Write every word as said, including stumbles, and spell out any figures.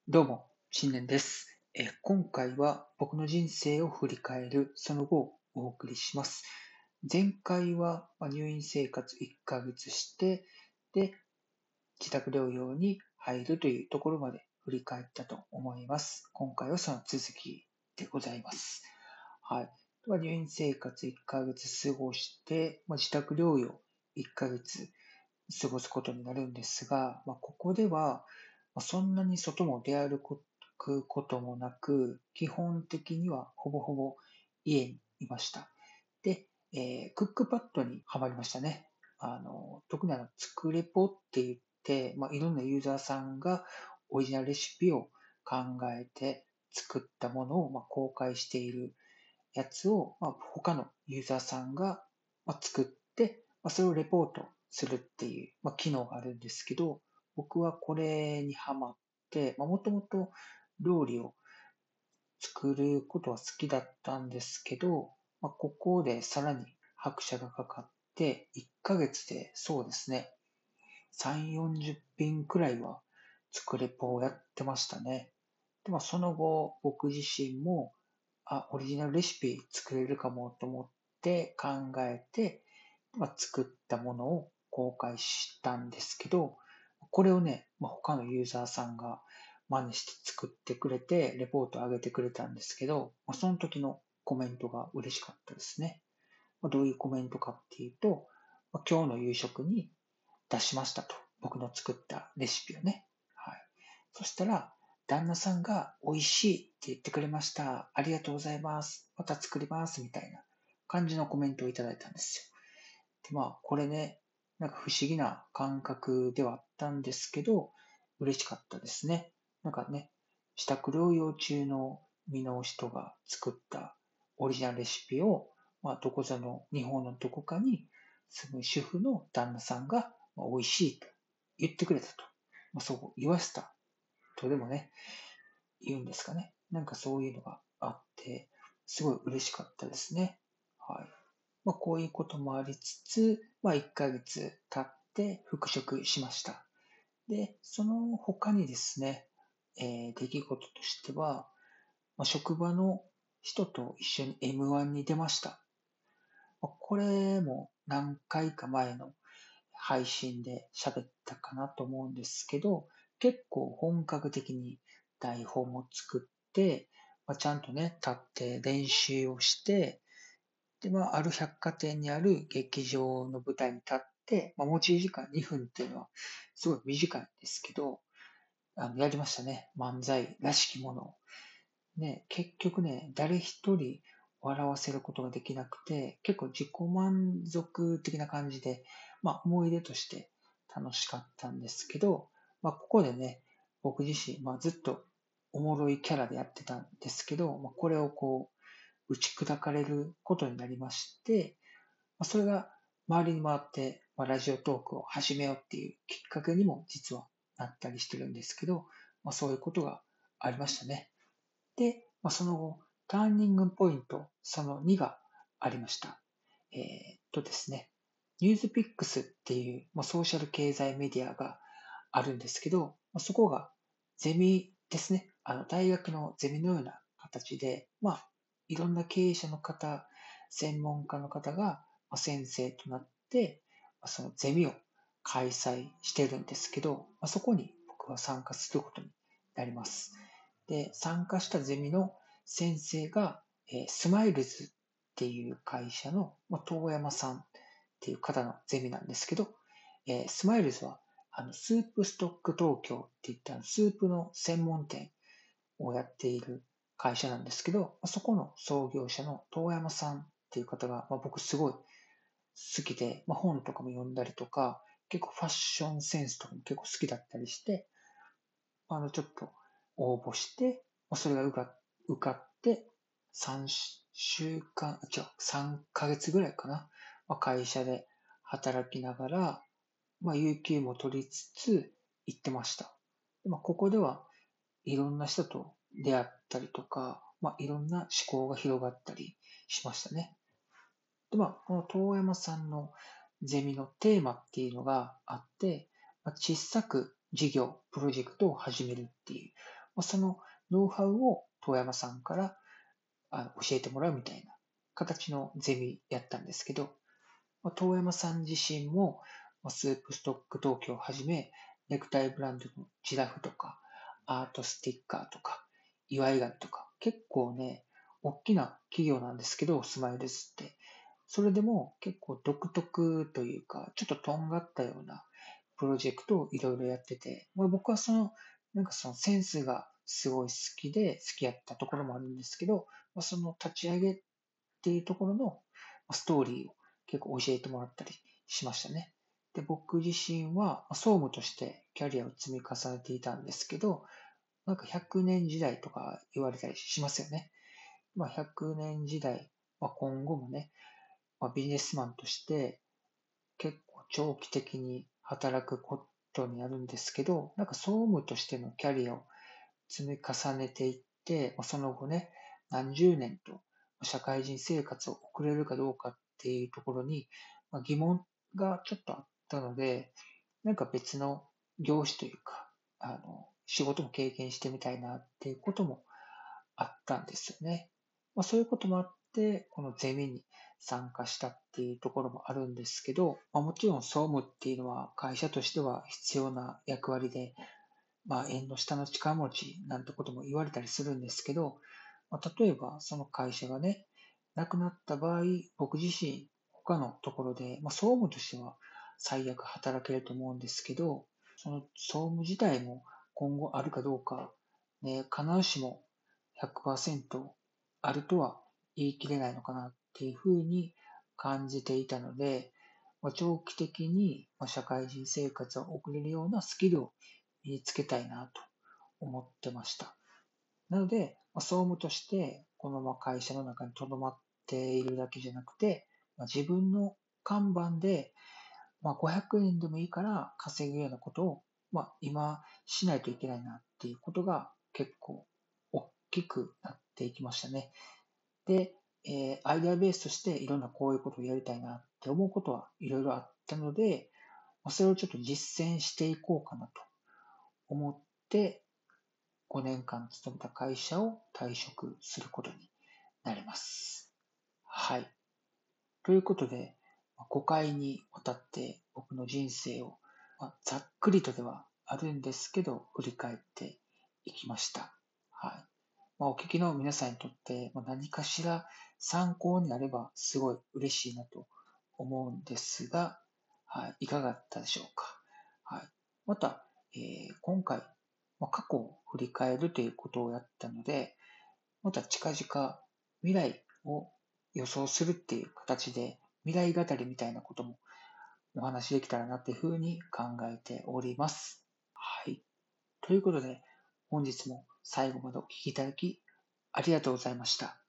どうも、新年です。えー今回は僕の人生を振り返るその後をお送りします。前回はまあ入院生活いっかげつして、で、自宅療養に入るというところまで振り返ったと思います。今回はその続きでございます。はい。では入院生活いっかげつ過ごして、まあ、自宅療養いっかげつ過ごすことになるんですが、まあ、ここでは、まあそんなに外も出歩くこともなく、基本的にはほぼほぼ家にいました。で、えークックパッドにはまりましたね。あの、特にあの、作レポって言って、まあ、いろんなユーザーさんがオリジナルレシピを考えて作ったものを、まあ、公開しているやつを、まあ、他のユーザーさんが、まあ、作って、まあ、それをレポートするっていう、まあ、機能があるんですけど、僕はこれにハマって、まあ、もともと料理を作ることは好きだったんですけど、まあ、ここでさらに拍車がかかって、いっかげつでそうですね、さん、よんじゅっぴんくらいは作レポをやってましたね。で、まあ、その後、僕自身も、あ、オリジナルレシピ作れるかもと思って考えて、まあ、作ったものを公開したんですけど、これをね、まあ、他のユーザーさんが真似して作ってくれて、レポートを上げてくれたんですけど、まあ、その時のコメントが嬉しかったですね。まあ、どういうコメントかっていうと、まあ、今日の夕食に出しましたと。僕の作ったレシピをね。はい。そしたら、旦那さんが美味しいって言ってくれました。ありがとうございます。また作ります。みたいな感じのコメントをいただいたんですよ。で、まあ、これね、なんか不思議な感覚ではあったんですけど、嬉しかったですね。なんかね、自宅療養中の身の人が作ったオリジナルレシピを、まあ、どこぞの日本のどこかに住む主婦の旦那さんがまあ美味しいと言ってくれたと。まあ、そう言わせたとでもね、言うんですかね。なんかそういうのがあって、すごい嬉しかったですね。はい。まあ、こういうこともありつつ、まあ、いっかげつ経って復職しました。で、その他にですね、えー出来事としては、まあ、職場の人と一緒に エムワン に出ました。まあこれも何回か前の配信で喋ったかなと思うんですけど、結構本格的に台本を作って、まあ、ちゃんとね、立って練習をして、で、まあ、ある百貨店にある劇場の舞台に立って、まあ、持ち時間にふんっていうのはすごい短いんですけど、あの、やりましたね。漫才らしきものを。ね、結局ね、誰一人笑わせることができなくて、結構自己満足的な感じで、まあ思い出として楽しかったんですけど、まあここでね、僕自身、まあずっとおもろいキャラでやってたんですけど、まあ、これをこう、打ち砕かれることになりまして、まあ、それが周りに回って、まあ、ラジオトークを始めようっていうきっかけにも実はなったりしてるんですけど、まあそういうことがありましたね。で、まあ、その後、ターニングポイントそのにがありました。えーっとですね、ニュースピックスっていう、まあ、ソーシャル経済メディアがあるんですけど、まあ、そこがゼミですね、あの大学のゼミのような形で、まあ、いろんな経営者の方、専門家の方がまあ先生となって、まあそのゼミを開催してるんですけど、まあ、そこに僕は参加することになります。で、参加したゼミの先生が、えースマイルズっていう会社の、まあ、遠山さんっていう方のゼミなんですけど、えースマイルズはあのスープストック東京っていったスープの専門店をやっている会社なんですけど、まあそこの創業者の遠山さんっていう方が、まあ、僕すごい好きで、まあ、本とかも読んだりとか、結構ファッションセンスとかも結構好きだったりして、あの、ちょっと応募して、まあそれが受か受かって、さんしゅうかん、違う、さんかげつぐらいかな。まあ、会社で働きながら、まあ、有給も取りつつ行ってました。でまあ、ここではいろんな人と出会ったりとか、まあ、いろんな思考が広がったりしましたね。で、まあ、この遠山さんのゼミのテーマっていうのがあって、まあ、小さく事業、プロジェクトを始めるっていう、 まあ、そのノウハウを遠山さんからあの教えてもらうみたいな形のゼミやったんですけど、まあ、遠山さん自身も、まあ、スープストック東京をはじめ、ネクタイブランドのジラフとか、アートスティッカーとか、岩井紙とか、結構ね、大きな企業なんですけど、スマイルズって。それでも結構独特というか、ちょっととんがったようなプロジェクトをいろいろやってて、まあ、僕はその、なんかそのセンスがすごい好きで好きやったところもあるんですけど、まあ、その立ち上げっていうところのストーリーを結構教えてもらったりしましたね。で、僕自身は総務としてキャリアを積み重ねていたんですけど、なんかひゃくねん時代とか言われたりしますよね。まあ、ひゃくねん時代、まあ、今後もね、まあ、ビジネスマンとして結構長期的に働くことになるんですけど、なんか総務としてのキャリアを積み重ねていって、その後ね、何十年と社会人生活を送れるかどうかっていうところに疑問がちょっとあったので、なんか別の業種というか、あの、仕事も経験してみたいなっていうこともあったんですよね。まあ、そういうこともあって、このゼミに参加したっていうところもあるんですけど、まあ、もちろん総務っていうのは会社としては必要な役割で、まあ、縁の下の力持ちなんてことも言われたりするんですけど、まあ、例えばその会社がね、なくなった場合、僕自身、他のところで、まあ、総務としては最悪働けると思うんですけど、その総務自体も今後あるかどうか、ね、必ずしもひゃくパーセントあるとは言い切れないのかなっていうふうに感じていたので、まあ、長期的に社会人生活を送れるようなスキルを身につけたいなと思ってました。なので、まあ、総務としてこのまま会社の中に留まっているだけじゃなくて、まあ、自分の看板で、まあ、ごひゃくえんでもいいから稼ぐようなことを、まあ、今しないといけないなっていうことが結構大きくなっていきましたね。で、えーアイデアベースとしていろんなこういうことをやりたいなって思うことはいろいろあったので、まあそれをちょっと実践していこうかなと思って、ごねんかん勤めた会社を退職することになります。はい。ということで、ごかいにわたって僕の人生を、まあ、ざっくりとではあるんですけど、振り返っていきました。はい。まあ、お聞きの皆さんにとってまあ何かしら参考になればすごい嬉しいなと思うんですが、はい、いかがだったでしょうか。はい。また、えー今回、まあ、過去を振り返るということをやったので、また近々未来を予想するっていう形で未来語りみたいなこともお話しできたらなっていうふうに考えております。はい。ということで、本日も最後までお聞きいただきありがとうございました。